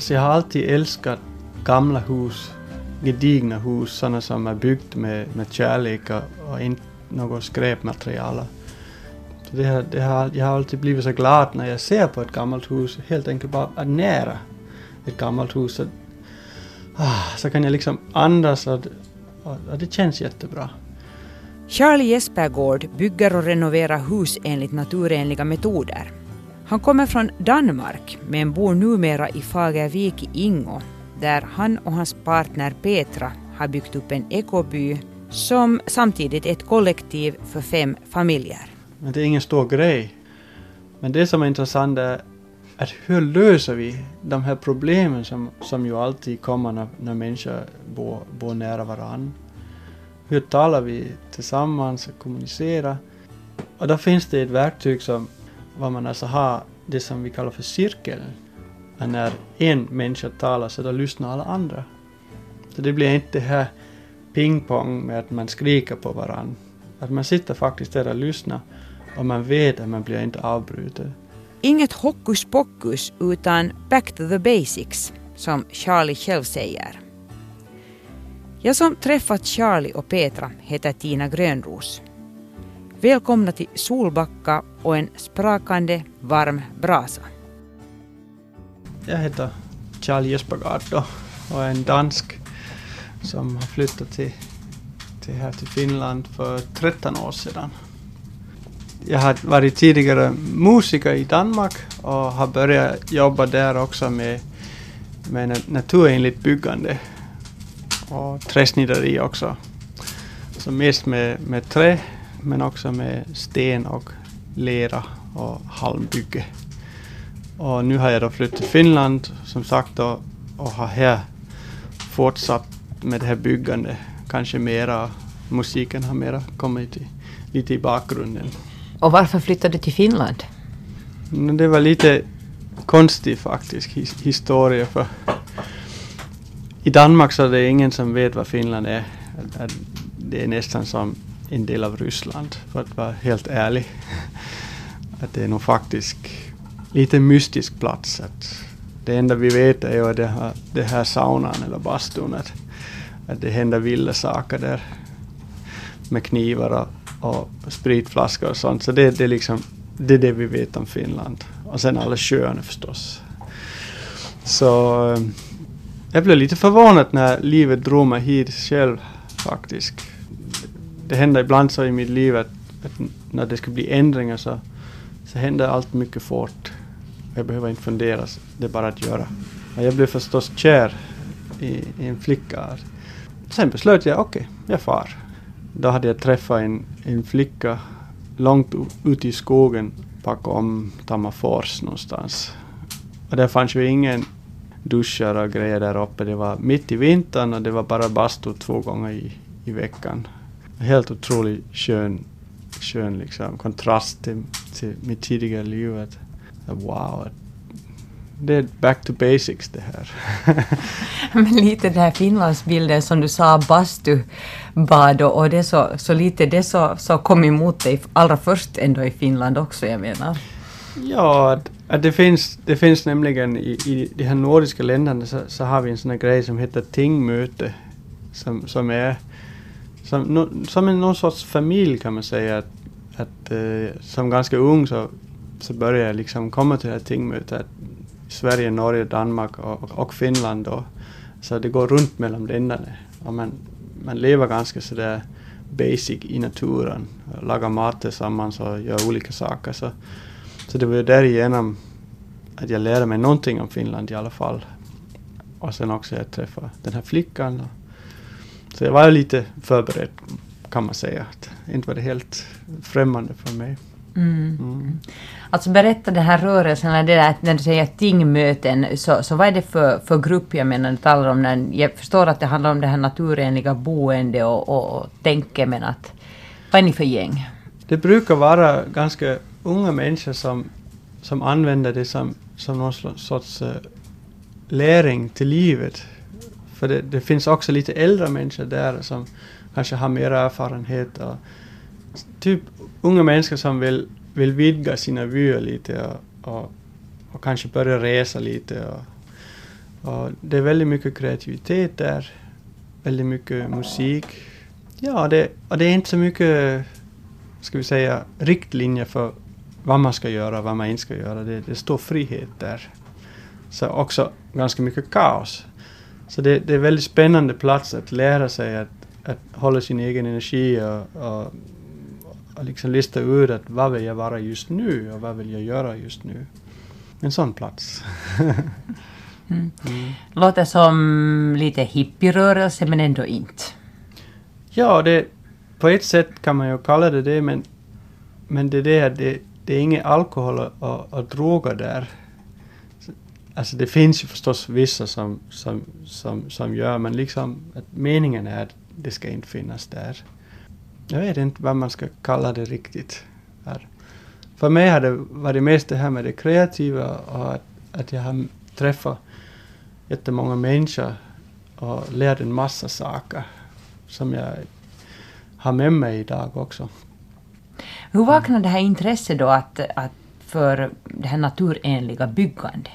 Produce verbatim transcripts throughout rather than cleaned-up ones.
Alltså jag har alltid älskat gamla hus, gedigna hus, sådana som är byggt med, med kärlek och, och inte något skräpmaterial. Så det har, det har, jag har alltid blivit så glad när jag ser på ett gammalt hus, helt enkelt bara är nära ett gammalt hus. Så, ah, så kan jag liksom andas och, och, och det känns jättebra. Charlie Jespergård bygger och renoverar hus enligt naturenliga metoder. Han kommer från Danmark men bor numera i Fagervik i Ingå, där han och hans partner Petra har byggt upp en ekoby som samtidigt är ett kollektiv för fem familjer. Men det är ingen stor grej. Men det som är intressant är att hur löser vi de här problemen som, som ju alltid kommer när, när människor bor, bor nära varandra. Hur talar vi tillsammans och kommunicerar? Och då finns det ett verktyg som vad man alltså har det som vi kallar för cirkel. Och när en människa talar så då lyssnar alla andra. Så det blir inte det här pingpong med att man skriker på varandra. Att man sitter faktiskt där och lyssnar och man vet att man blir inte avbruten. Inget hokus pokus utan back to the basics, som Charlie själv säger. Jag som träffat Charlie och Petra heter Tina Grönros. Välkomna till Solbacka och en sprakande varm brasa. Jag heter Charlie Jespergård då, och är en dansk som har flyttat till, till här till Finland för tretton år sedan. Jag har varit tidigare musiker i Danmark och har börjat jobba där också med, med naturenligt byggande och träsnitteri också. Så mest med, med trä men också med sten och lera och halmbygge. Och nu har jag då flyttat till Finland som sagt då, och har här fortsatt med det här byggandet. Kanske mera, musiken har mera kommit i, lite i bakgrunden. Och varför flyttade du till Finland? Det var lite konstig faktiskt his- historia för i Danmark så är det ingen som vet vad Finland är. Det är nästan som en del av Ryssland för att vara helt ärlig. Att det är nog faktiskt lite mystisk plats. Att det enda vi vet är ju det här, det här saunan eller bastun. Att, att det händer vilda saker där med knivar och, och spritflaskor och sånt. Så det, det, är liksom, det är det vi vet om Finland. Och sen alla sjöarna förstås. Så jag blev lite förvånad när livet drog mig hit själv faktiskt. Det händer ibland så i mitt liv att, att när det ska bli ändringar så, så händer allt mycket fort. Jag behöver inte fundera, det är bara att göra. Och jag blev förstås kär i, i en flicka. Sen beslöt jag, okej, okay, jag far. Då hade jag träffat en, en flicka långt ute i skogen bakom Tammerfors någonstans. Och där fanns ju ingen duschar och grejer där uppe. Det var mitt i vintern och det var bara bastu två gånger i, i veckan. Helt otroligt skön, skön liksom, kontrast till, till mitt tidigare liv. Att, wow, det är back to basics det här. Men lite den här Finlandsbilden som du sa, bastubad och det så, så lite det så, så kom emot dig allra först ändå i Finland också, jag menar. Ja, att, att det, finns, det finns nämligen i, i de här nordiska länderna så, så har vi en sån här grej som heter tingmöte som, som är som, no, som en någon sorts familj kan man säga att, att eh, som ganska ung så, så börjar jag liksom komma till det här tingmötet. Sverige, Norge, Danmark och, och Finland då. Så det går runt mellan länderna. Och man, man lever ganska sådär basic i naturen. Lagar mat tillsammans och gör olika saker. Så, så det var ju därigenom att jag lärde mig någonting om Finland i alla fall. Och sen också jag träffade den här flickan. Så jag var lite förberedd kan man säga. Att inte var det helt främmande för mig. Mm. Mm. Alltså berätta den här rörelsen, eller det där, när du säger tingmöten, så, så vad är det för, för grupp jag menar du talar om? När, jag förstår att det handlar om det här naturenliga boende och, och, och tänke, men att, vad är ni för gäng? Det brukar vara ganska unga människor som, som använder det som, som någon sorts uh, läring till livet. För det, det finns också lite äldre människor där som kanske har mer erfarenhet och typ unga människor som vill, vill vidga sina vyer lite och, och, och kanske börja resa lite och, Och det är väldigt mycket kreativitet där. Väldigt mycket musik. Ja, det, och det är inte så mycket, ska vi säga, riktlinjer för vad man ska göra, vad man inte ska göra. Det, det står frihet där. Så också ganska mycket kaos. Så det, det är väldigt spännande plats att lära sig att, att hålla sin egen energi och, och, och liksom lista ut att vad vill jag vara just nu och vad vill jag göra just nu. En sån plats. mm. Mm. Låter som lite hippierörelse men ändå inte. Ja, det, på ett sätt kan man ju kalla det det, men, men det, det, det, det är ingen alkohol och, och, och droger där. Alltså det finns ju förstås vissa som, som, som, som gör, men liksom att meningen är att det ska inte finnas där. Jag vet inte vad man ska kalla det riktigt. Här. För mig har det varit mest det här med det kreativa och att, att jag har träffat jättemånga människor och lärt en massa saker som jag har med mig idag också. Hur vaknade det här intresset då att, att för det här naturenliga byggande?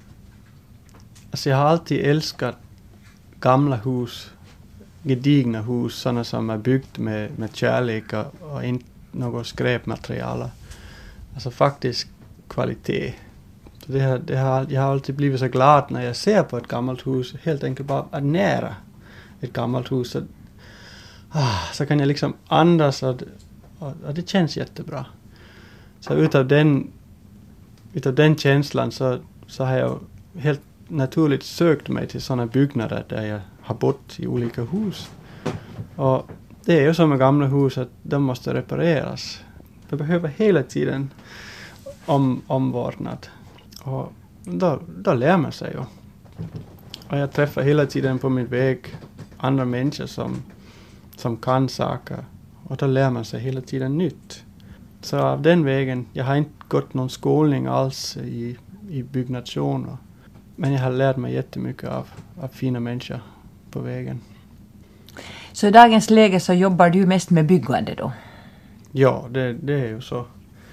Alltså jag har alltid älskat gamla hus, gedigna hus, sådana som är byggt med, med kärlek och, och inte något skräpmaterial. Alltså faktiskt kvalitet. Så det har, det har, jag har alltid blivit så glad när jag ser på ett gammalt hus, helt enkelt bara är nära ett gammalt hus. Så, ah, så kan jag liksom andas och, och, och det känns jättebra. Så utav den, utav den känslan så, så har jag helt naturligt sökt mig till sådana byggnader där jag har bott i olika hus. Och det är ju som med gamla hus att de måste repareras. De behöver hela tiden om, omvårdnad. Och då, då lär man sig ju. Och jag träffar hela tiden på min väg andra människor som, som kan saker. Och då lär man sig hela tiden nytt. Så av den vägen, jag har inte gått någon skolning alls i, i byggnationer. Men jag har lärt mig jättemycket av, av fina människor på vägen. Så i dagens läge så jobbar du mest med byggande då? Ja, det, det är ju så.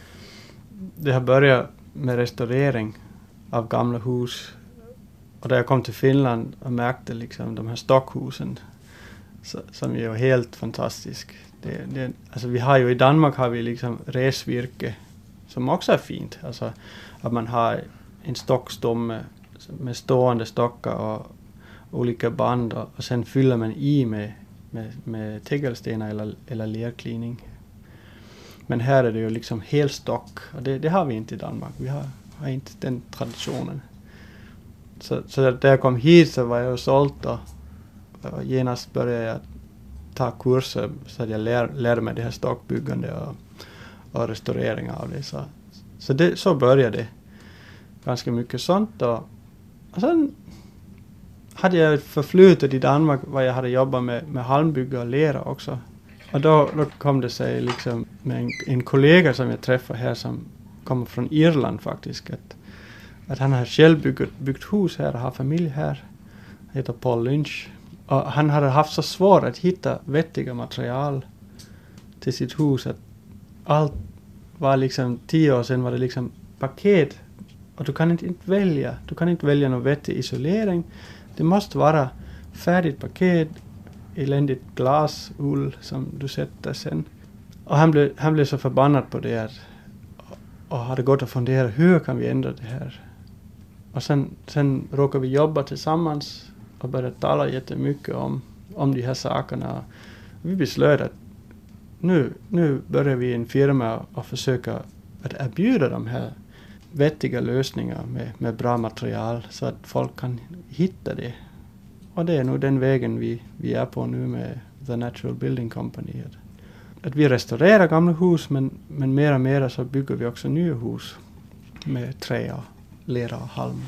Det har börjat med restaurering av gamla hus. Och då jag kom till Finland och märkte liksom de här stockhusen så, som är helt fantastisk. Det, det, alltså vi har ju i Danmark har vi liksom resvirke som också är fint. Alltså att man har en stockstomme med stående stockar och olika band och, och sen fyller man i med, med, med tegelstenar eller, eller lerklining. Men här är det ju liksom helt stock och det, det har vi inte i Danmark. Vi har, har inte den traditionen. Så, så när jag kom hit så var jag sålt och, och genast började jag ta kurser så att jag lär, lärde mig det här stockbyggande och, och restaurering av det. Så, så, det, så började det. Ganska mycket sånt och, och sen hade jag förflutet i Danmark vad jag hade jobbat med, med halmbygge och lera också. Och då, då kom det sig liksom med en, en kollega som jag träffade här som kommer från Irland faktiskt. Att, att han har själv byggt, byggt hus här och har familj här. Han heter Paul Lynch. Och han hade haft så svårt att hitta vettiga material till sitt hus. Att allt var liksom, tio år sedan var det liksom paket. Och du kan inte, inte välja. Du kan inte välja någon vettig isolering. Det måste vara färdigt paket, eländigt glas, ull som du sätter sen. Och han blev, han blev så förbannad på det här. Och hade gått och funderat, hur kan vi ändra det här? Och sen, sen råkade vi jobba tillsammans och började tala jättemycket om, om de här sakerna. Vi beslöt att nu, nu börjar vi en firma och försöka att erbjuda de här vettiga lösningar med, med bra material så att folk kan hitta det. Och det är nog den vägen vi, vi är på nu med The Natural Building Company. Att, att vi restaurerar gamla hus men, men mer och mer så bygger vi också nya hus med trä och lera och halm.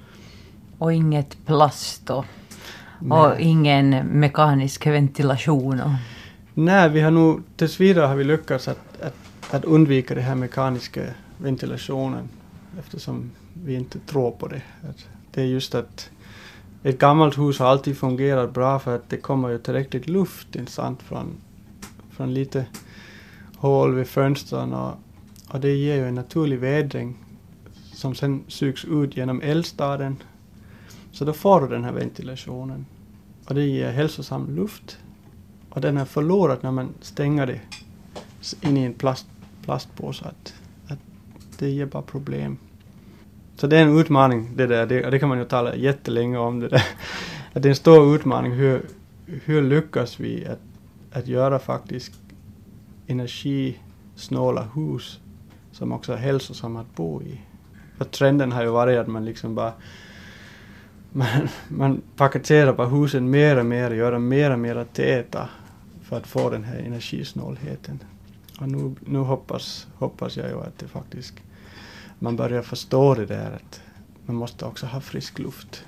Och inget plast och, och ingen mekanisk ventilation. Och. Nej, vi har nog tills vidare har vi lyckats att, att, att undvika det här mekaniska ventilationen eftersom vi inte tror på det. Att det är just att ett gammalt hus har alltid fungerat bra för att det kommer ju tillräckligt luft instant från, från lite hål vid fönstren och, och det ger ju en naturlig vädring som sen sugs ut genom eldstaden Så då får du den här ventilationen. Och det ger hälsosam luft. Och den är förlorad när man stänger det in i en plast, plastpåse. Att, att det ger bara problem. Så det är en utmaning det där. Det, det kan man ju tala jättelänge om det där. Att det är en stor utmaning. Hur, hur lyckas vi att, att göra faktiskt energisnåla hus som också är hälsosamma att bo i. För trenden har ju varit att man liksom bara man, man paketerar bara husen mer och mer och gör dem mer och mer täta för att få den här energisnålheten. Och nu, nu hoppas, hoppas jag ju att det faktiskt man börjar förstå det där att man måste också ha frisk luft.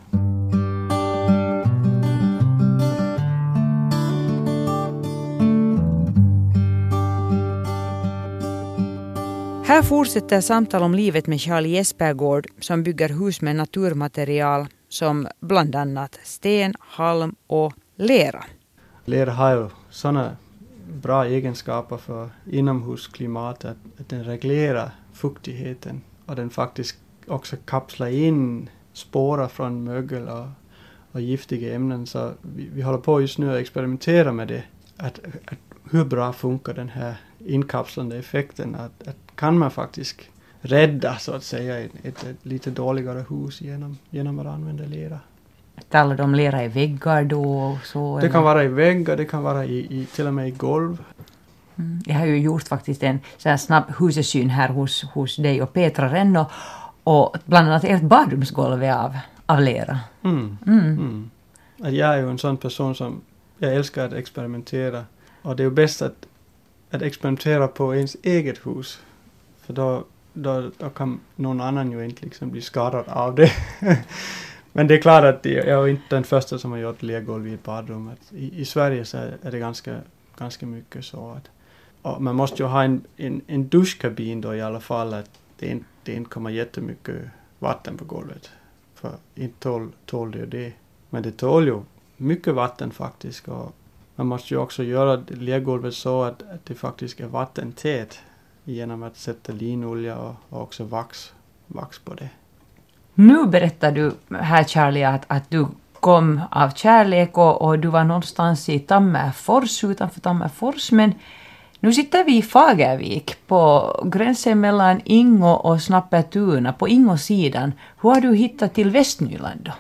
Här fortsätter samtal om livet med Charlie Jespergård som bygger hus med naturmaterial som bland annat sten, halm och lera. Lera har ju sådana bra egenskaper för inomhusklimatet att, att den reglerar fuktigheten och den faktiskt också kapslar in spårar från mögel och, och giftiga ämnen. Så vi, vi håller på just nu att experimentera med det. Att, att hur bra funkar den här inkapslande effekten? Att, att kan man faktiskt rädda så att säga ett, ett, ett lite dåligare hus genom, genom att använda lera. Talar de om lera i väggar då och så? Det eller? kan vara i väggar, det kan vara i, i, till och med i golv. Mm. Jag har ju gjort faktiskt en så här snabb husesyn här hos, hos dig och Petra Renno. Och bland annat ert badrumsgolv är av, av lera. Mm. Mm. Mm. Att jag är ju en sån person som jag älskar att experimentera. Och det är ju bäst att, att experimentera på ens eget hus. För då, då, då kan någon annan ju inte liksom bli skadad av det. Men det är klart att jag är inte den första som har gjort lergolv i ett badrum. I, I Sverige så är det ganska, ganska mycket så att och man måste ju ha en, en, en duschkabin då i alla fall att det inte, det inte kommer jättemycket vatten på golvet. För inte tål, tål det ju det. Men det tål ju mycket vatten faktiskt. Och man måste ju också göra lergolvet så att, att det faktiskt är vattentät genom att sätta linolja och, och också vax, vax på det. Nu berättar du här Charlie att, att du kom av kärlek och, och du var någonstans i Tammerfors utanför Tammerfors, men nu sitter vi i Fagervik på gränsen mellan Ingo och Snappertuna på Ingosidan. Hur har du hittat till Västnyland då?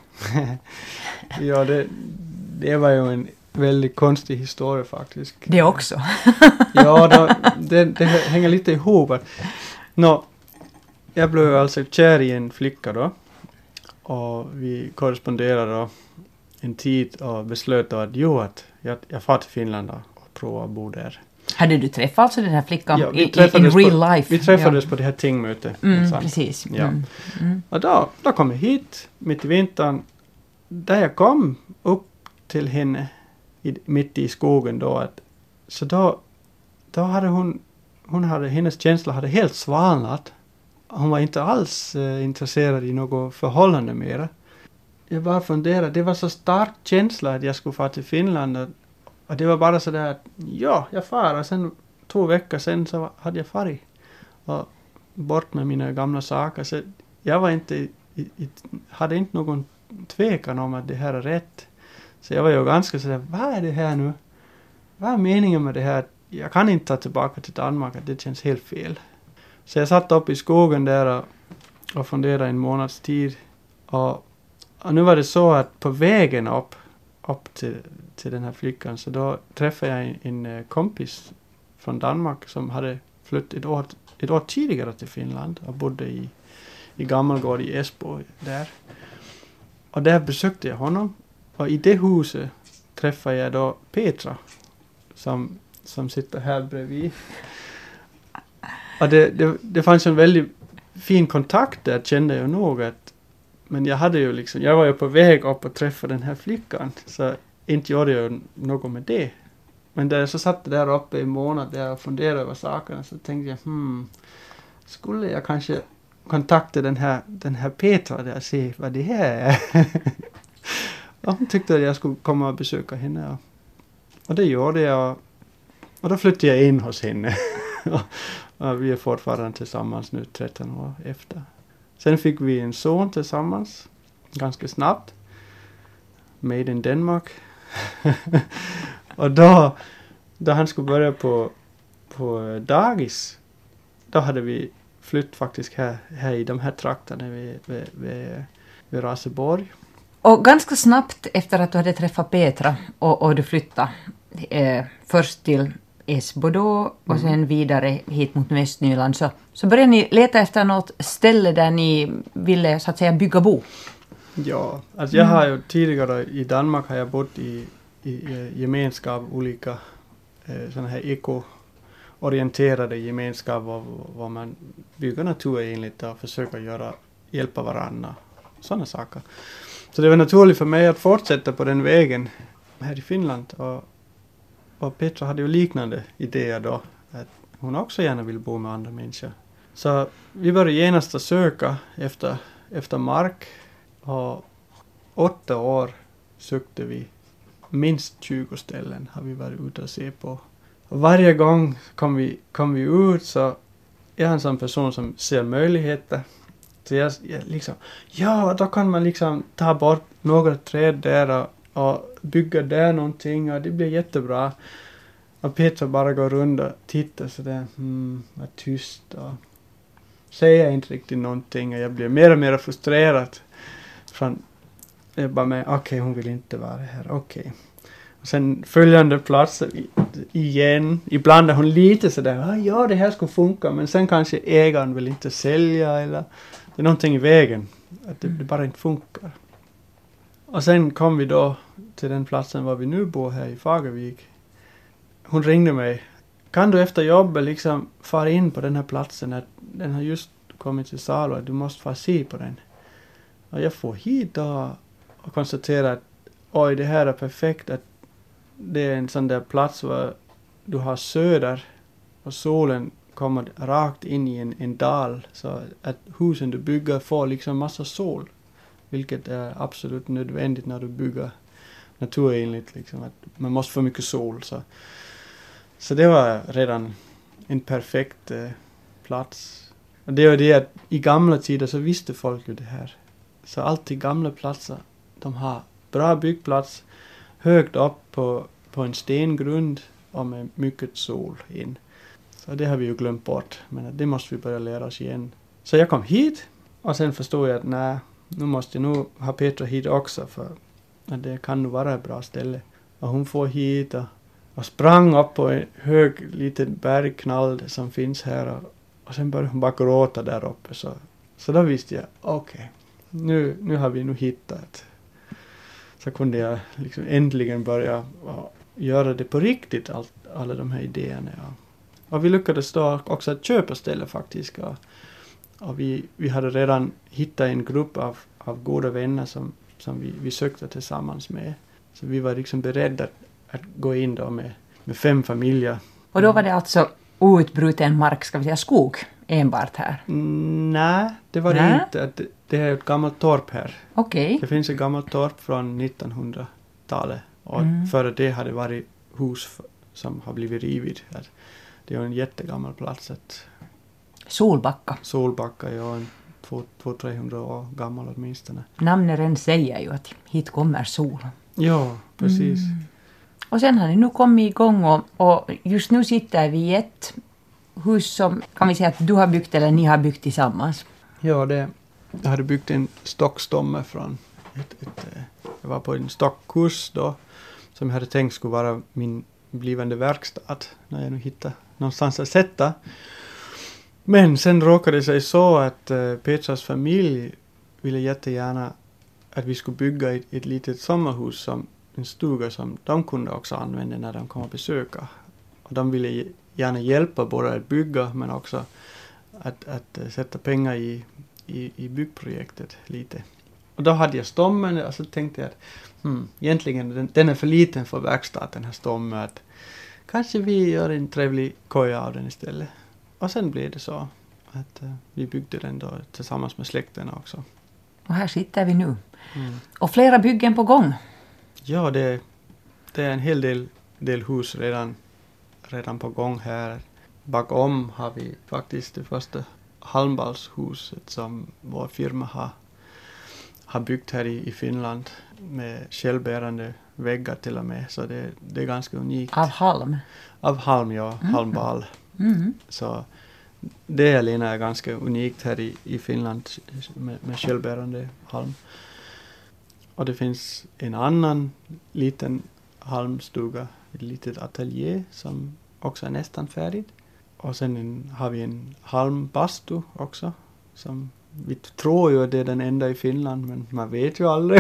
Ja, det, det var ju en väldigt konstig historia faktiskt. Det också. Ja, då, det, det hänger lite ihop. Nå, jag blev alltså kär i en flicka då. Och vi korresponderade då en tid och beslöt då att jo, att jag, jag far till Finland och provar att bo där. Hade du träffat alltså den här flickan ja, i, i in real på, life? Vi träffades ja. på det här tingmötet. Mm, precis. Ja. Mm. Mm. Och då, då kom jag hit mitt i vintern. Där jag kom upp till henne i, mitt i skogen då. Att, så då, då hade hon, hon hade, hennes känsla hade helt svalnat. Hon var inte alls eh, intresserad i något förhållande mer. Jag bara funderade, det var så stark känsla att jag skulle fara till Finland. Och, och det var bara så där att ja, jag far. Och sen två veckor sen så hade jag farit. Och bort med mina gamla saker. Så jag var inte, i, i, hade inte någon tvekan om att det här är rätt. Så jag var ju ganska sådär, vad är det här nu? Vad är meningen med det här? Jag kan inte ta tillbaka till Danmark, det känns helt fel. Så jag satt upp i skogen där och, och funderade en månads tid. Och, och nu var det så att på vägen upp, upp till, till den här flickan så då träffade jag en, en kompis från Danmark som hade flyttat ett år, ett år tidigare till Finland och bodde i, i Gammelgård i Esbo där. Och där besökte jag honom. Och i det huset träffade jag då Petra som, som sitter här bredvid. Och det, det, det fanns en väldigt fin kontakt där, kände jag nog att, men jag hade ju liksom, jag var ju på väg upp och träffa den här flickan, så inte gjorde jag något med det. Men där jag så satt där uppe i en månad där och funderade över sakerna, så tänkte jag, hmm, skulle jag kanske kontakta den här, den här Petra där och se vad det här är. Och hon tyckte att jag skulle komma och besöka henne. Och, och det gjorde jag. Och då flyttade jag in hos henne. Och vi är fortfarande tillsammans nu tretton år efter. Sen fick vi en son tillsammans. Ganska snabbt. Made in Denmark. Och då, då han skulle börja på, på dagis, då hade vi flytt faktiskt här, här i de här trakterna vid, vid, vid, vid Raseborg. Och ganska snabbt efter att du hade träffat Petra och, och du flyttade eh, först till Esbo då och mm. sen vidare hit mot Västnyland, så, så började ni leta efter något ställe där ni ville så att säga bygga bo. Ja, alltså jag har ju tidigare i Danmark har jag bott i, i, i gemenskap, olika eh, sådana här eko-orienterade gemenskap var man bygger naturenligt och försöker göra, hjälpa varandra, sådana saker. Så det var naturligt för mig att fortsätta på den vägen här i Finland. Och, och Petra hade ju liknande idéer då. Att hon också gärna vill bo med andra människor. Så vi började genast söka efter, efter mark. Och åtta år sökte vi. Minst tjugo ställen har vi varit ute och se på. Och varje gång kom vi, kom vi ut, så jag är en sån person som ser möjligheter. Så jag, jag liksom, ja, då kan man liksom ta bort några träd där och, och bygga där någonting och det blir jättebra. Och Petra bara går runt och tittar sådär, hmm, vad tyst och säger inte riktigt någonting, och jag blir mer och mer frustrerad. Från, jag bara med, okej, okay, hon vill inte vara här, okej. Okay. Och sen följande platser igen, ibland är hon lite sådär, ja det här ska funka, men sen kanske ägaren vill inte sälja eller det är någonting i vägen, att det, det bara inte funkar. Och sen kom vi då till den platsen var vi nu bor här i Fagervik. Hon ringde mig, kan du efter jobbet liksom fara in på den här platsen, att den har just kommit till salu, att du måste få se på den. Och jag får hit då och konstaterar att oj, det här är perfekt, att det är en sån där plats där du har söder och solen kommer rakt in i en, en dal, så att husen du bygger får liksom massa sol, vilket är absolut nödvändigt när du bygger naturenligt, liksom, att man måste få mycket sol. Så, så det var redan en perfekt eh, plats. Och det var det att i gamla tider så visste folk ju det här. Så alltid gamla platser, de har bra byggplats, högt upp på, på en stengrund och med mycket sol in. Så det har vi ju glömt bort, men det måste vi börja lära oss igen. Så jag kom hit och sen förstod jag att nej, nu måste jag nog ha Petra hit också, för att det kan nog vara ett bra ställe. Och hon får hit och, och sprang upp på en hög liten bergknall som finns här, och, och sen började hon bara gråta där uppe. Så, så då visste jag, okej, okay, nu, nu har vi nog hittat. Så kunde jag liksom äntligen börja och göra det på riktigt, allt, alla de här idéerna. Ja. Och vi lyckades då också att köpa ställe faktiskt. Och, och vi, vi hade redan hittat en grupp av, av goda vänner som, som vi, vi sökte tillsammans med. Så vi var liksom beredda att, att gå in då med, med fem familjer. Och då var det alltså outbruten mark, ska vi säga skog, enbart här? Mm, nej, det var det inte. Det, det är ett gammalt torp här. Okej. Okay. Det finns ett gammalt torp från nittonhundratalet. Och mm. före det hade varit hus som har blivit rivit. Det är en jättegammal plats. Att Solbacka. Solbacka, ja, en två till trehundra år gammal åtminstone. Namnet säger ju att hit kommer sol. Ja, precis. Mm. Och sen har ni nu kommit igång och, och just nu sitter vi i ett hus som kan vi säga att du har byggt eller ni har byggt tillsammans. Ja, det, jag hade byggt en stockstomme från ett, ett, jag var på en stockkurs då som jag hade tänkt skulle vara min blivande verkstad när jag nu hittade någonstans att sätta. Men sen råkade det sig så att uh, Petras familj ville jättegärna att vi skulle bygga ett, ett litet sommarhus, som en stuga som de kunde också använda när de kom och besöka. Och de ville gärna hjälpa både att bygga men också att, att uh, sätta pengar i, i, i byggprojektet lite. Och då hade jag stommen och så tänkte jag att hmm, egentligen den, den är för liten för verkstad, den här stommen, att kanske vi gör en trevlig koja av den istället. Och sen blev det så att uh, vi byggde den då tillsammans med släkten också. Och här sitter vi nu. Mm. Och flera byggen på gång. Ja, det, det är en hel del, del hus redan, redan på gång här. Bakom har vi faktiskt det första halmballshuset som vår firma har, har byggt här i, i Finland med självbärande väggar till och med. Så det, det är ganska unikt. Av halm? Av halm, ja. Mm. Halmbal. Mm. Så det Elina är ganska unikt här i, i Finland med, med självbärande halm. Och det finns en annan liten halmstuga, ett litet ateljé som också är nästan färdig. Och sen en, har vi en halmbastu också. Som vi tror ju att det är den enda i Finland, men man vet ju aldrig.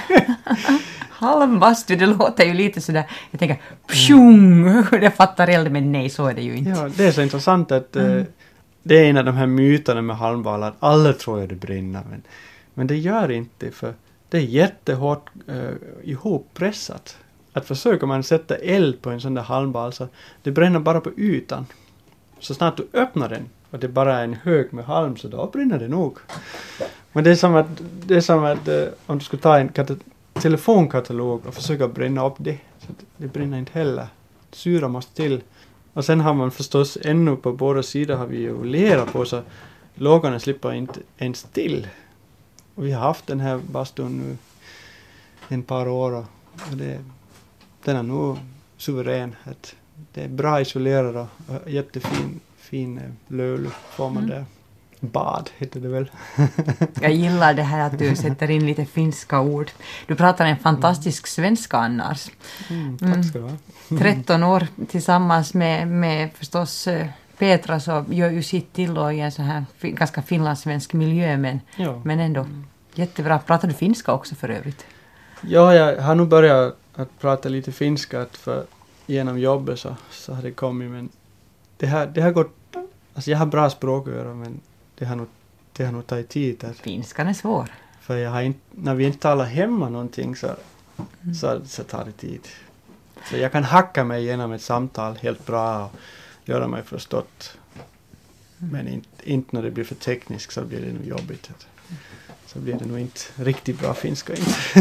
Halmbastu, det låter ju lite sådär, jag tänker pjung, det fattar eld, men nej, så är det ju inte. Ja, det är så intressant att mm. uh, det är en av de här myterna med halmbalar, att alla tror att det brinner, men, men det gör inte, för det är jättehårt uh, ihoppressat. Att försöker man sätta eld på en sån där halmbal så det bränner bara på ytan. Så snart du öppnar den och det bara är en hög med halm, så då brinner det nog. Men det är som att, det är som att uh, om du skulle ta en kat- telefonkatalog och försöka bränna upp det, så det brinner inte heller. Syra måste till. Och sen har man förstås ännu på båda sidor har vi ju lera på, så lågorna slipper inte ens till. Och vi har haft den här bastun nu en par år och det, den är nog suverän. Att det är bra isolerad och jättefin fin lövluft får man där. Bad heter det väl. Jag gillar det här att du sätter in lite finska ord. Du pratar en fantastisk svenska annars. Mm, tack ska du ha. Mm. tretton år tillsammans med, med förstås Petra, så gör ju sitt till då i en så här ganska finlandssvensk miljö, men, ja. men ändå jättebra. Pratar du finska också för övrigt? Ja, jag har nog börjat att prata lite finska för genom jobbet så, så har det kommit, men det har, det har gått, alltså jag har bra språköra, men det har nog, det har nog tagit tid. Att, Finskan är svår. för jag har inte, när vi inte talar hemma någonting så, mm. så, så tar det tid. Så jag kan hacka mig igenom ett samtal helt bra och göra mig förstått. Mm. Men inte, inte när det blir för tekniskt så blir det nog jobbigt. Så blir det nog inte riktigt bra finska.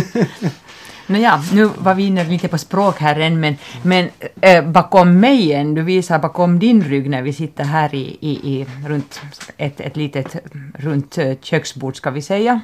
Nåja, nu var vi inne lite på språk här än, men, men äh, bakom mig än, du visar bakom din rygg när vi sitter här i, i, i runt ett, ett litet runt köksbord ska vi säga.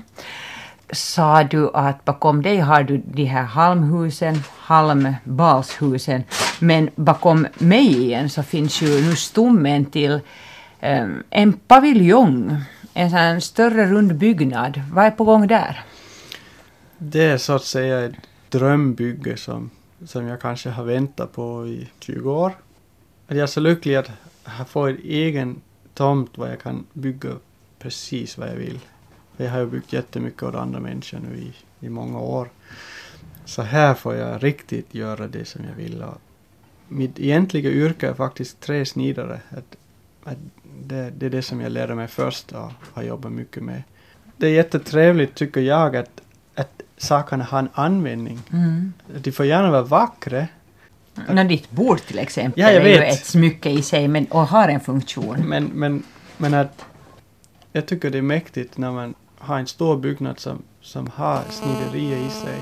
Sa du att bakom dig har du de här halmhusen, halmbalshusen, men bakom mig igen så finns ju nu stommen till ähm, en paviljong, en sån här större rund byggnad. Vad är på gång där? Det är så att säga ett drömbygge som, som jag kanske har väntat på i tjugo år. Jag är så lycklig att jag får en egen tomt där jag kan bygga precis vad jag vill. Jag har ju byggt jättemycket åt andra människor nu i, i många år. Så här får jag riktigt göra det som jag vill. Och mitt egentliga yrke är faktiskt träsnidare. Att, att det, det är det som jag lärde mig först och har jobbat mycket med. Det är jättetrevligt tycker jag att, att sakerna har en användning. Mm. De får gärna vara vackra. När ditt bord till exempel ja, jag är vet. ju ett smycke i sig men, och har en funktion. Men, men, men att jag tycker det är mäktigt när man har en stor byggnad som, som har sniderier i sig.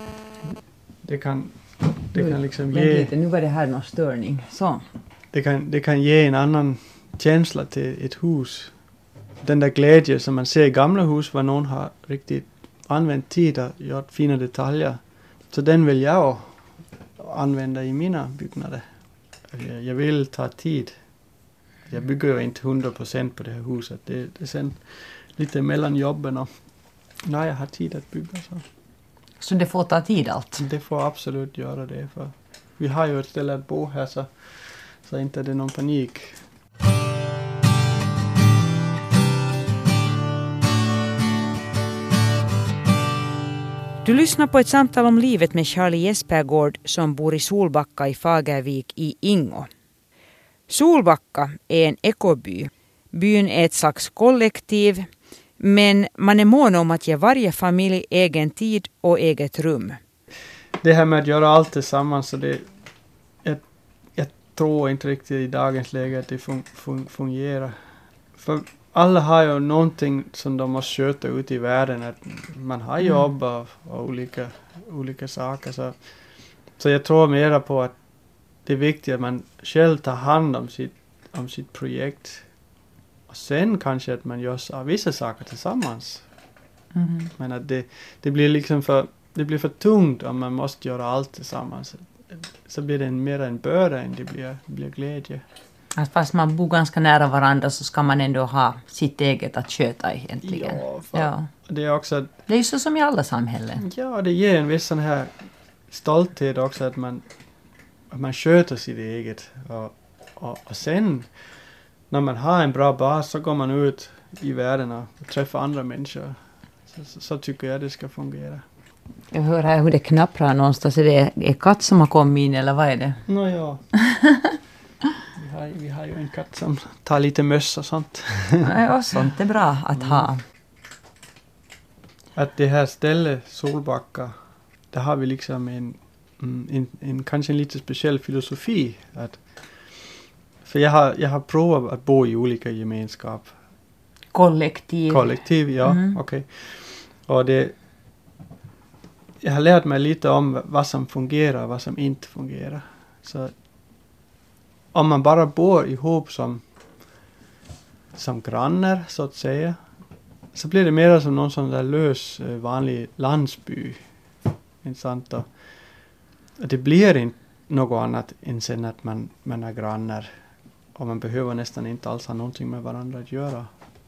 Det kan, det kan liksom ge... Lite, nu var det här någon störning. Så. Det kan, det kan ge en annan känsla till ett hus. Den där glädje som man ser i gamla hus var någon har riktigt använt tid och gjort fina detaljer. Så den vill jag använda i mina byggnader. Jag, jag vill ta tid. Jag bygger ju inte hundra procent på det här huset. Det, det är sen lite mellan jobben och när jag har tid att bygga så. Så det får ta tid allt? Det får absolut göra det. För vi har ju ett ställe att bo här så, så inte är det någon panik. Du lyssnar på ett samtal om livet med Charlie Jespergård som bor i Solbacka i Fagervik i Ingo. Solbacka är en ekoby. Byn är ett slags kollektiv, men man är mån om att ge varje familj egen tid och eget rum. Det här med att göra allt tillsammans, så det, jag, jag tror inte riktigt i dagens läge att det fun, fun, fungerar. För alla har ju någonting som de måste sköta ute i världen. Att man har jobb och, och olika, olika saker. Så, så jag tror mera på att det är viktigt att man själv tar hand om sitt, om sitt projekt. Och sen kanske att man gör vissa saker tillsammans. Mm. Men att det, det blir liksom för, det blir för tungt om man måste göra allt tillsammans. Så blir det en, mer en börda än det blir, blir glädje. Att fast man bor ganska nära varandra så ska man ändå ha sitt eget att sköta egentligen. Ja, för Ja. det är också... Det är ju så som i alla samhällen. Ja, det ger en viss sån här stolthet också att man, att man sköter sitt eget. Och, och, och sen när man har en bra bas så går man ut i världen och träffar andra människor. Så, så, så tycker jag det ska fungera. Jag hör här hur det knapprar någonstans. Är det är katt som har kommit in eller vad är det? Nå ja. vi, har, vi har ju en katt som tar lite möss och sånt. Ja, sånt är bra att ha. Att det här stället, Solbacka, där har vi liksom en, en, en kanske en lite speciell filosofi. Att, för jag har, jag har provat att bo i olika gemenskap. Kollektiv. Kollektiv, ja, Mm. okej. Okay. Och det, jag har lärt mig lite om vad som fungerar och vad som inte fungerar. Så om man bara bor ihop som, som grannar, så att säga, så blir det mer som någon sån där lös vanlig landsby. Intressant då. Det blir inte något annat än sen att man, man är grannar. Och man behöver nästan inte alls ha någonting med varandra att göra.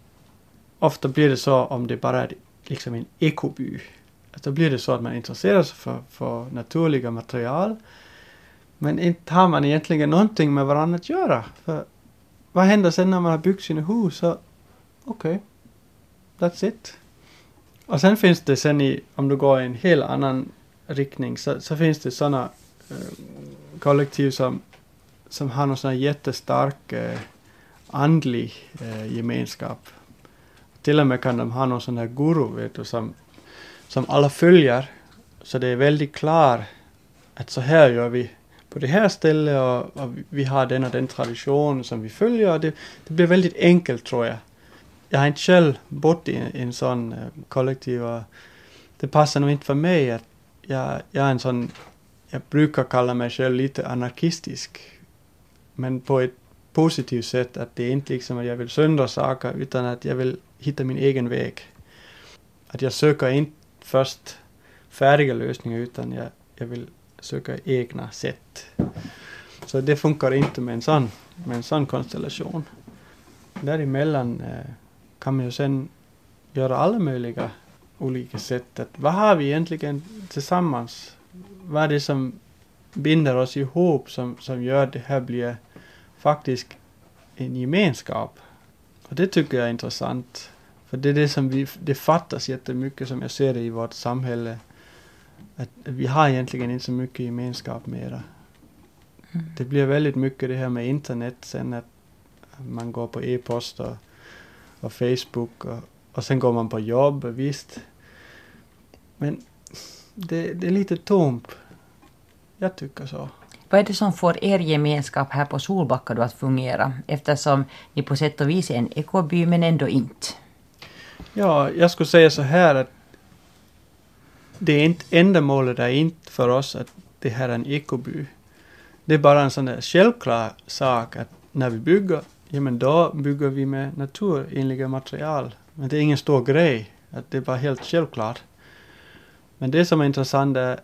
Ofta blir det så om det bara är liksom en ekoby. Att då blir det så att man intresserar sig för, för naturliga material. Men inte har man egentligen någonting med varandra att göra. För vad händer sen när man har byggt sina hus? Så okej, okay, that's it. Och sen finns det sen i, om du går i en helt annan riktning, så, så finns det sådana eh, kollektiv som, som har någon sån här jättestark eh, andlig eh, gemenskap. Till och med kan de ha någon sån här guru, vet du, som, som alla följer. Så det är väldigt klart att så här gör vi på det här stället och, och vi har den och den tradition som vi följer. Det, det blir väldigt enkelt, tror jag. Jag har inte själv bott i en, en sån uh, kollektiv och det passar nog inte för mig. Att jag, jag är en sån, jag brukar kalla mig själv lite anarkistisk. Men på ett positivt sätt, att det är inte liksom att jag vill söndra saker utan att jag vill hitta min egen väg. Att jag söker inte först färdiga lösningar utan jag, jag vill söka egna sätt. Så det funkar inte med en sån, med en sån konstellation. Däremellan eh, kan man ju sen göra alla möjliga olika sätt. Att vad har vi egentligen tillsammans? Vad är det som binder oss ihop som, som gör det här blir faktiskt en gemenskap? Och det tycker jag är intressant. För det är det som vi, det fattas jättemycket som jag ser det i vårt samhälle. Att vi har egentligen inte så mycket gemenskap mera. Mm. Det blir väldigt mycket det här med internet sen att man går på e-post och, och Facebook och, och sen går man på jobb, visst. Men det, det är lite tomt. Jag tycker så. Vad är det som får er gemenskap här på Solbacka då att fungera? Eftersom ni på sätt och vis är en ekoby men ändå inte. Ja, jag skulle säga så här att det är inte ändamålet är inte för oss att det här är en ekoby. Det är bara en sån där självklar sak att när vi bygger, ja men då bygger vi med naturenliga material. Men det är ingen stor grej, att det är bara helt självklart. Men det som är intressant är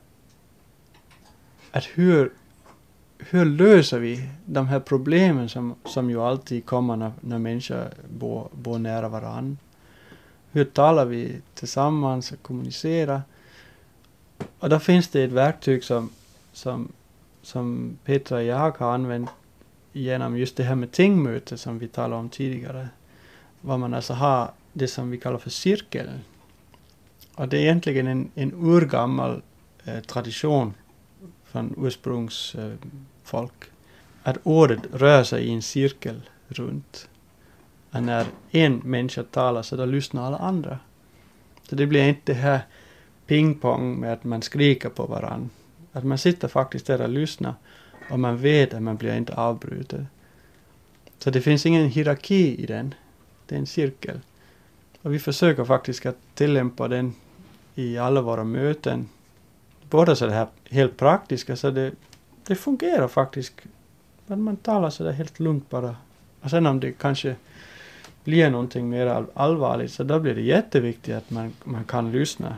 att hur, hur löser vi de här problemen som, som ju alltid kommer när, när människor bor, bor nära varandra. Hur talar vi tillsammans och kommunicerar? Och då finns det ett verktyg som, som, som Petra och jag har använt genom just det här med tingmöte som vi talade om tidigare. Var man alltså har det som vi kallar för cirkeln. Och det är egentligen en, en urgammal eh, tradition från ursprungsfolk. Eh, att ordet rör sig i en cirkel runt. Och när en människa talar så då lyssnar alla andra. Så det blir inte det här pingpong med att man skriker på varandra. Att man sitter faktiskt där och lyssnar och man vet att man blir inte avbruten. Så det finns ingen hierarki i den. Det är en cirkel. Och vi försöker faktiskt att tillämpa den i alla våra möten. Både så det här helt praktiska så det, det fungerar faktiskt. Men man talar så där helt lugnt bara. Och sen om det kanske blir någonting mer all- allvarligt, så då blir det jätteviktigt att man, man kan lyssna.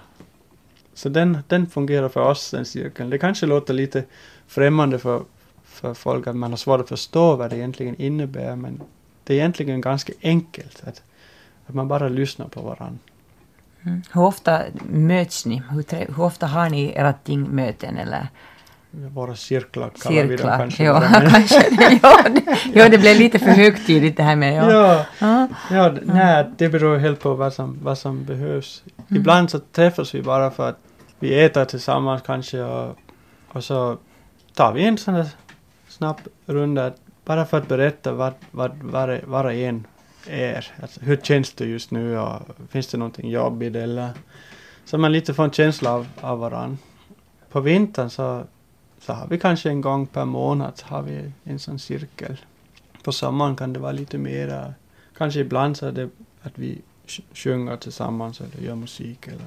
Så den, den fungerar för oss, den cirkeln. Det kanske låter lite främmande för, för folk att man har svårt att förstå vad det egentligen innebär, men det är egentligen ganska enkelt att, att man bara lyssnar på varandra. Mm. Hur ofta möts ni? Hur, tre, hur ofta har ni era tingmöten? Eller? Våra cirklar kallar vi dem kanske. Ja, bara, kanske. ja, det, ja, det blev lite för högtidligt det här med. Ja, ja, ja. ja d- nej, det beror helt på vad som, vad som behövs. Mm. Ibland så träffas vi bara för att vi äter tillsammans kanske, och, och så tar vi en sån här snabb runda bara för att berätta vad, vad var, var och en är. Alltså, hur känns det just nu, och finns det någonting jobbigt, eller så man lite får en känsla av, av varandra. På vintern så, så har vi kanske en gång per månad har vi en sån cirkel. På sommaren kan det vara lite mer, kanske ibland så är det att vi sjunger tillsammans eller gör musik, eller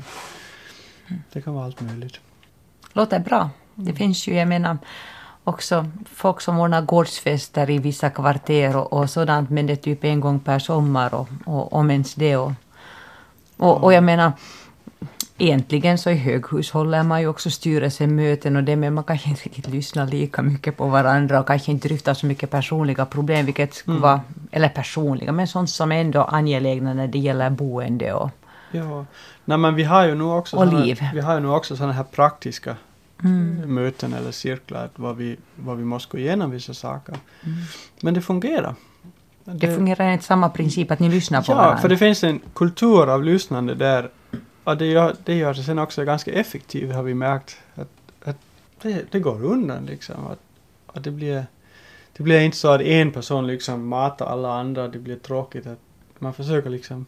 det kan vara allt möjligt. Låter bra. Det mm. finns ju, jag menar, också folk som ordnar gårdsfester i vissa kvarter och, och sådant, men det är typ en gång per sommar och, och om ens det. Och, och, och jag menar, egentligen så i höghus håller man ju också styrelsemöten och det, men man kan inte riktigt lyssna lika mycket på varandra och kanske inte dryfta så mycket personliga problem, vilket skulle mm. vara, eller personliga, men sånt som är ändå angelägna när det gäller boende och ja, nej, men vi har ju nu också och såna, liv. Vi har ju nu också sådana här praktiska mm. möten eller cirklar, vad vi, vad vi måste gå igenom vissa saker. Mm. Men det fungerar. Det, det fungerar enligt samma princip att ni lyssnar på ja, varandra. Ja, för det finns en kultur av lyssnande där, och det gör det, gör det sen också ganska effektivt, har vi märkt. Att, att det, det går undan liksom. Att, att det, blir, det blir inte så att en person liksom matar alla andra, det blir tråkigt. Att man försöker liksom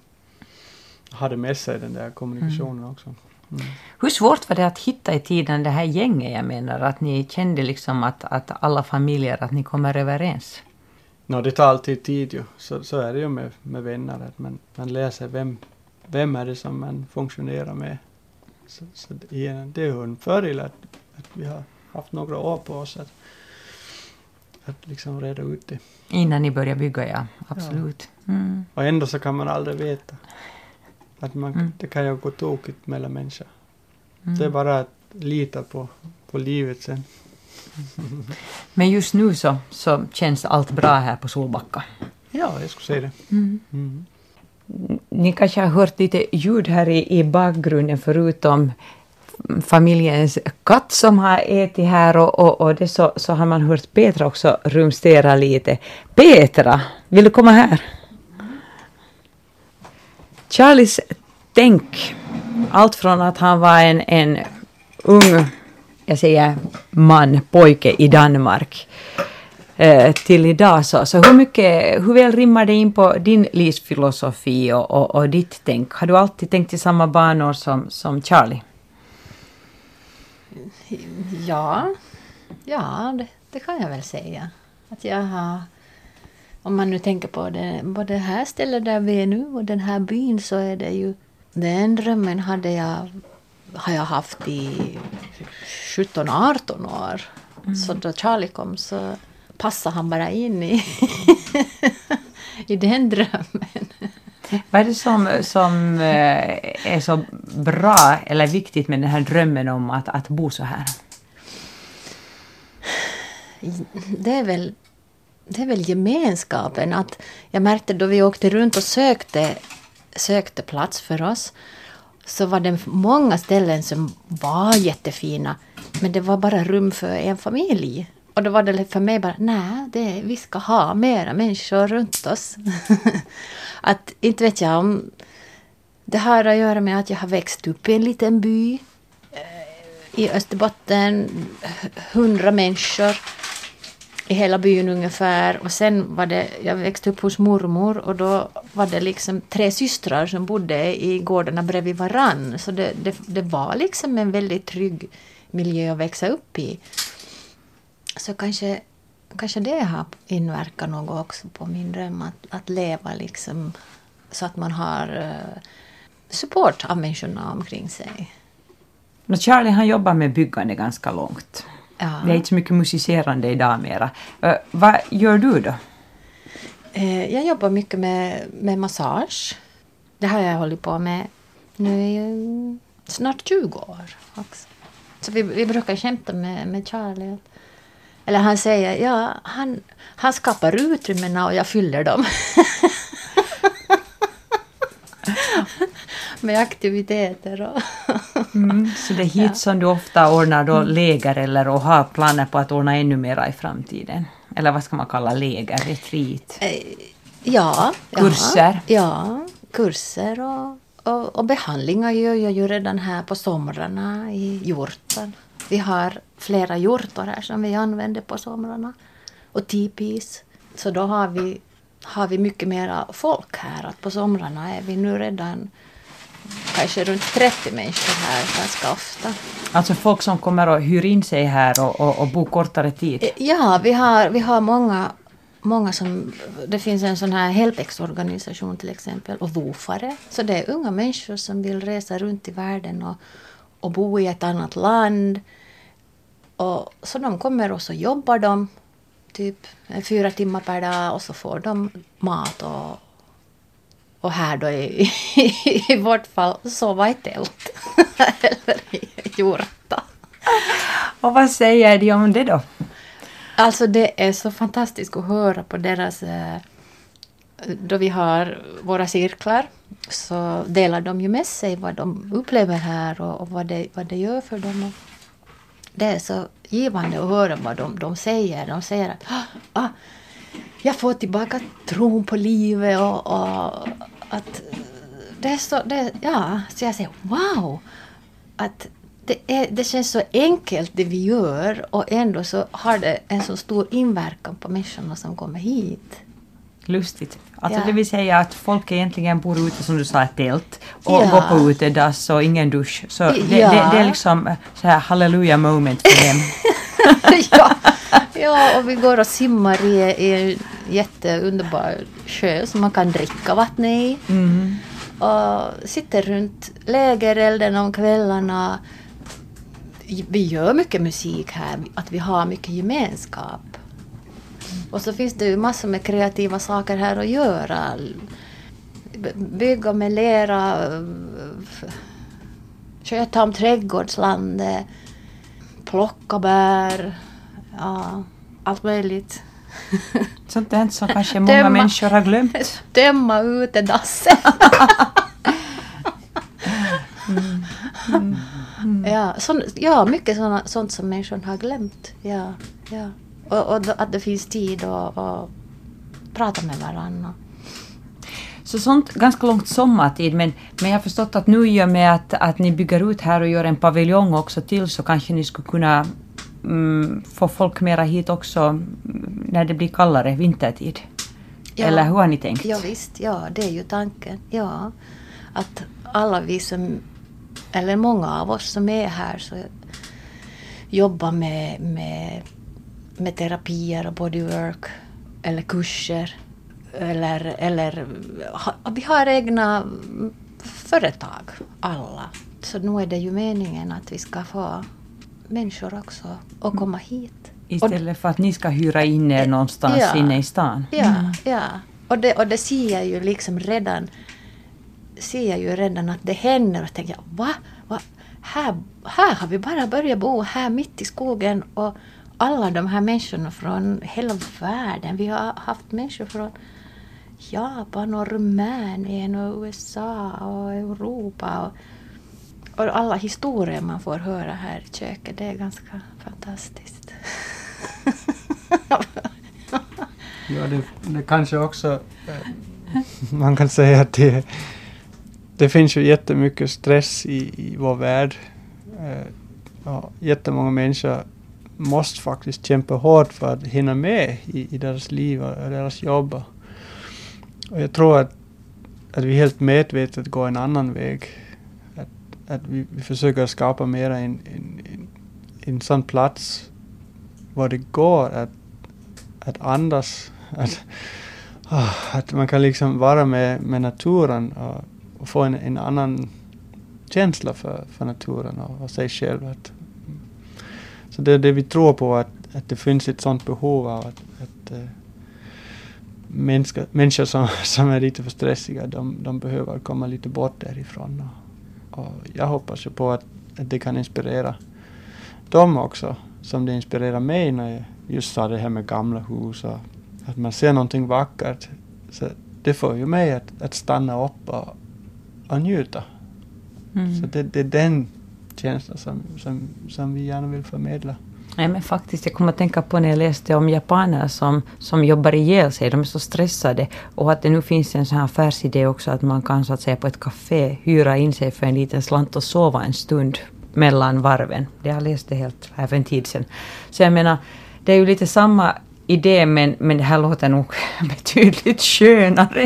ha det med sig, den där kommunikationen mm. också. Mm. Hur svårt var det att hitta i tiden det här gänget, jag menar, att ni kände liksom att, att alla familjer, att ni kommer överens? No, det tar alltid tid ju. Så, så är det ju med, med vänner, att man, man lär sig vem, vem är det som man funktionerar med. Så, så det är ju en fördel att, att vi har haft några år på oss att, att liksom reda ut det. Innan ni börjar bygga, ja, absolut. Ja. Mm. Och ändå så kan man aldrig veta. Att man, Mm. det kan ju gå tokigt mellan människor. Mm. Det är bara att lita på, på livet sen. Men just nu så, så känns allt bra här på Solbacka. Ja, jag skulle säga det. Mm. Mm. Ni kanske har hört lite ljud här i, i bakgrunden, förutom familjens katt som har ätit här och, och, och det så, så har man hört Petra också rumstera lite. Petra, vill du komma här? Charlies tänk, allt från att han var en, en ung, jag säger man, pojke i Danmark eh, till idag, så, så hur mycket, hur väl rimmar det in på din livsfilosofi och, och, och ditt tänk? Har du alltid tänkt i samma banor som, som Charlie? Ja, ja det, det kan jag väl säga. Att jag har, om man nu tänker på det, på det här stället där vi är nu och den här byn, så är det ju, den drömmen hade jag, har jag haft i sjutton arton år. Mm. Så då Charlie kom så passade han bara in i, i den drömmen. Vad är det som, som är så bra eller viktigt med den här drömmen om att, att bo så här? Det är väl, det är väl gemenskapen. Att jag märkte då vi åkte runt och sökte, sökte plats för oss, så var det många ställen som var jättefina, men det var bara rum för en familj. Och då var det för mig bara, nej, det, vi ska ha mera människor runt oss. Att inte vet jag om det har att göra med att jag har växt upp i en liten by i Österbotten, hundra människor i hela byn ungefär. Och sen var det, jag växte upp hos mormor och då var det liksom tre systrar som bodde i gårdarna bredvid varann. Så det, det, det var liksom en väldigt trygg miljö att växa upp i. Så kanske, kanske det har inverkat något också på min dröm att, att leva liksom så att man har uh, support av människorna omkring sig. No, Charlie, han jobbar med byggande ganska långt. Ja. Det är inte så mycket musicerande idag mera. Uh, vad gör du då? Eh, jag jobbar mycket med, med massage. Det har jag hållit på med nu i um, snart tjugo år också. Så vi, vi brukar skämta med, med Charlie. Eller han säger, ja, han, han skapar utrymmena och jag fyller dem. Med aktiviteter. Och mm, så det är hit ja. Som du ofta ordnar då läger eller och har planer på att ordna ännu mera i framtiden? Eller vad ska man kalla läger, retreat? Ja. Kurser? Ja, ja kurser och, och, och behandlingar gör jag ju redan här på somrarna i hjorten. Vi har flera hjortor här som vi använder på somrarna. Och tipis. Så då har vi, har vi mycket mera folk här. Att på somrarna är vi nu redan kanske runt trettio människor här ganska ofta. Alltså folk som kommer och hyr in sig här och, och, och bor kortare tid? Ja, vi har, vi har många, många som... Det finns en sån här Helpex-organisation till exempel och wofare. Så det är unga människor som vill resa runt i världen och, och bo i ett annat land. Och, så de kommer och så jobbar de typ fyra timmar per dag och så får de mat och, och här då i, i, i vårt fall sova i tält eller i hjorta. Och vad säger de om det då? Alltså det är så fantastiskt att höra på deras... Då vi har våra cirklar så delar de ju med sig vad de upplever här och, och vad, det, vad det gör för dem. Det är så givande att höra vad de, de säger. De säger att ah, jag får tillbaka tron på livet och, och att det är så... Det, ja, så jag säger wow! Att det, är, det känns så enkelt det vi gör och ändå så har det en så stor inverkan på människorna som kommer hit. Lustigt. Alltså ja. Det vill säga att folk egentligen bor ute som du sa ett tält och ja. går på utedass och ingen dusch. Så det, ja. det, det är liksom så här halleluja moment för dem. ja. ja, och vi går och simmar i, i en jätteunderbar sjö som man kan dricka vatten i. Mm. Och sitter runt lägerelden om kvällarna. Vi gör mycket musik här, att vi har mycket gemenskap. Och så finns det ju massor med kreativa saker här att göra. Bygga med lera, sköta om trädgårdslandet, plocka bär, ja, allt möjligt. Sånt där som kanske många döma, människor har glömt. Döma ut dasset. mm. Mm. Mm. Ja, så, ja, mycket såna, sånt som människor har glömt. Ja, ja. Och, och att det finns tid att, att prata med varandra. Så sånt ganska långt sommartid, men, men jag har förstått att nu i och med att, att ni bygger ut här och gör en paviljong också till så kanske ni skulle kunna mm, få folk mera hit också när det blir kallare vintertid. Ja. Eller hur har ni tänkt? Ja visst, ja det är ju tanken. Ja, att alla vi som, eller många av oss som är här så jobbar med, med med terapier och bodywork eller kurser eller, eller ha, vi har egna företag alla. Så nu är det ju meningen att vi ska få människor också att komma hit. Istället för att ni ska hyra in er någonstans ja, inne i stan. Ja, mm. ja. Och det, och det ser jag ju liksom redan ser jag ju redan att det händer och tänker va? va? Här, här har vi bara börjat bo här mitt i skogen och alla de här människorna från hela världen. Vi har haft människor från Japan och Rumänien och U S A och Europa. Och, och alla historier man får höra här i köket. Det är ganska fantastiskt. ja, det, det kanske också... Man kan säga att det, det finns ju jättemycket stress i, i vår värld. Ja, jättemånga människor måste faktiskt kämpa hårt för att hinna med i, i deras liv och deras jobb. Och jag tror att, att vi helt medvetet går en annan väg. Att, att vi, vi försöker skapa mer en, en, en, en sån plats var det går att, att andas. Att, att man kan liksom vara med, med naturen och, och få en, en annan känsla för, för naturen och, och sig själv. Att, så det är det vi tror på, att, att det finns ett sånt behov av att, att uh, människa, människor som, som är lite för stressiga, de, de behöver komma lite bort därifrån. Och, och jag hoppas ju på att, att det kan inspirera dem också, som det inspirerar mig när jag just sa det här med gamla hus och att man ser någonting vackert. Så det får ju mig att, att stanna upp och, och njuta. Mm. Så det, det är den känslan som, som, som vi gärna vill förmedla. Nej, men faktiskt, jag kommer att tänka på när jag läste om japaner som, som jobbar ihjäl sig. De är så stressade. Och att det nu finns en sån här affärsidé också att man kan så att säga på ett café hyra in sig för en liten slant och sova en stund mellan varven. Det jag läste helt här för en tid sedan. Så jag menar, det är ju lite samma idé, men, men det här låter nog betydligt skönare.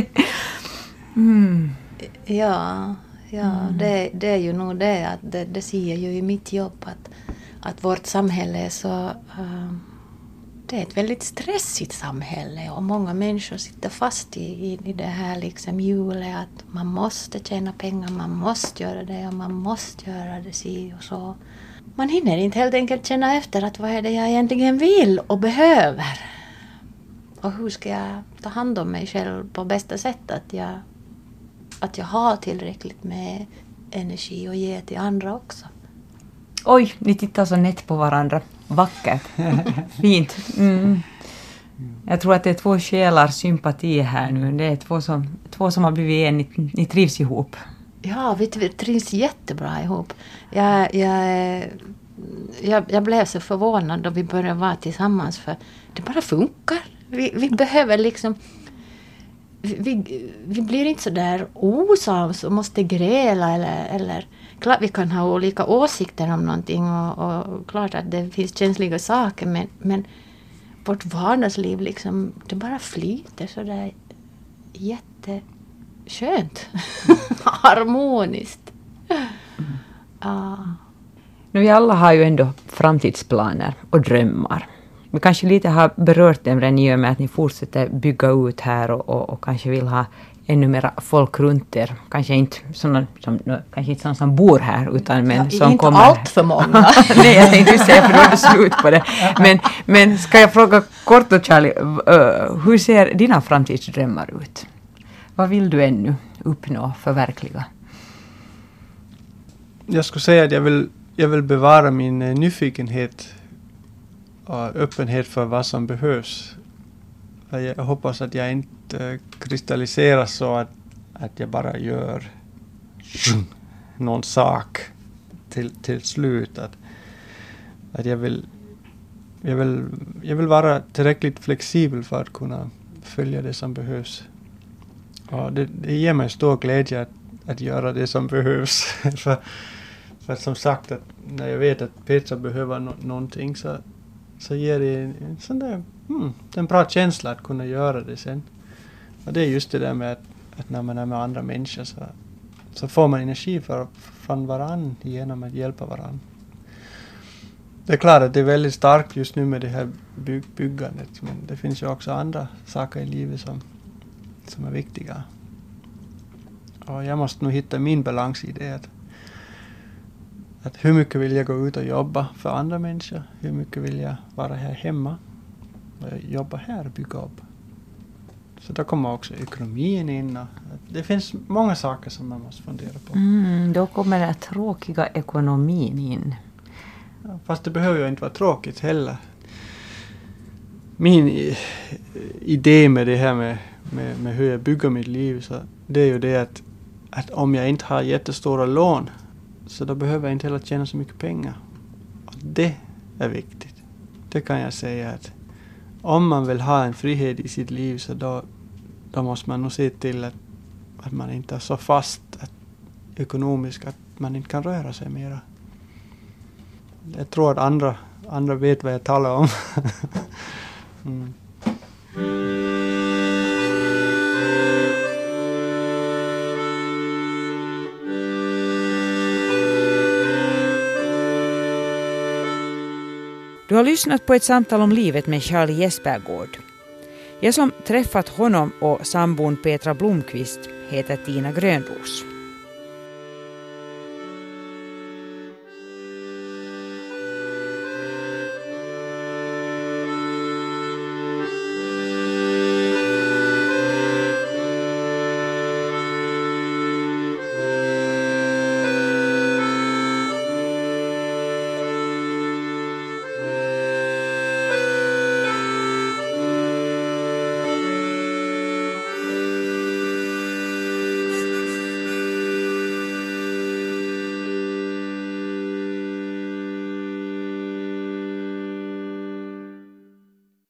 Mm. Ja, ja mm. det, det är ju nog det, att det, det ser jag ju i mitt jobb att, att vårt samhälle är så, uh, det är ett väldigt stressigt samhälle och många människor sitter fast i, i, i det här liksom hjulet att man måste tjäna pengar, man måste göra det och man måste göra det si och så. Man hinner inte helt enkelt känna efter att vad är det jag egentligen vill och behöver. Och hur ska jag ta hand om mig själv på bästa sätt, att jag, att jag har tillräckligt med energi och ge till andra också. Oj, ni tittar så nätt på varandra. Vackert. Fint. Mm. Jag tror att det är två själars sympati här nu. Det är två som, två som har blivit en. Ni, ni trivs ihop. Ja, vi trivs jättebra ihop. Jag, jag, jag, jag blev så förvånad då vi började vara tillsammans, för det bara funkar. Vi, vi behöver liksom... Vi, vi blir inte så där osams och måste gräla eller... eller klart vi kan ha olika åsikter om någonting och, och klart att det finns känsliga saker, men, men vårt vardagsliv liksom, det bara flyter så där jätteskönt. Harmoniskt. Ja. Nu, vi alla har ju ändå framtidsplaner och drömmar. Vi kanske lite har berört dem redan i och med att ni fortsätter bygga ut här och, och, och kanske vill ha ännu mer folk runt er. Kanske inte sådana som, kanske inte sådana som bor här, utan men ja, som inte kommer... allt för många. Nej, jag tänkte säga, för då är det slut på det. Men, men ska jag fråga kort och Charlie, uh, hur ser dina framtidsdrömmar ut? Vad vill du ännu uppnå, förverkliga? Jag skulle säga att jag vill, jag vill bevara min uh, nyfikenhet och öppenhet för vad som behövs. Jag hoppas att jag inte kristalliseras så att, att jag bara gör någon sak till, till slut. Att, att jag, vill, jag, vill, jag vill vara tillräckligt flexibel för att kunna följa det som behövs. Och det, det ger mig stor glädje att, att göra det som behövs. för, för som sagt, att när jag vet att Petra behöver no, någonting så, så ger det en, en sån där... Mm, det är en bra känsla att kunna göra det sen. Och det är just det där med att, att när man är med andra människor så, så får man energi för, från varann genom att hjälpa varann. Det är klart att det är väldigt starkt just nu med det här byg, byggandet, men det finns ju också andra saker i livet som, som är viktiga. Och jag måste nog hitta min balans i det. Att, att hur mycket vill jag gå ut och jobba för andra människor? Hur mycket vill jag vara här hemma? Jobba här och bygga upp. Så då kommer också ekonomin in. Och det finns många saker som man måste fundera på. Mm, då kommer den tråkiga ekonomin in. Ja, fast det behöver ju inte vara tråkigt heller. Min i, idé med det här med, med, med hur jag bygger mitt liv, så det är ju det att, att om jag inte har jättestora lån, så då behöver jag inte heller tjäna så mycket pengar. Och det är viktigt. Det kan jag säga att om man vill ha en frihet i sitt liv, så då, då måste man nog se till att, att man inte är så fast att, ekonomiskt att man inte kan röra sig mera. Jag tror att andra, andra vet vad jag talar om. mm. Du har lyssnat på ett samtal om livet med Charlie Jespergård. Jag som träffat honom och sambon Petra Blomqvist heter Tina Grönros.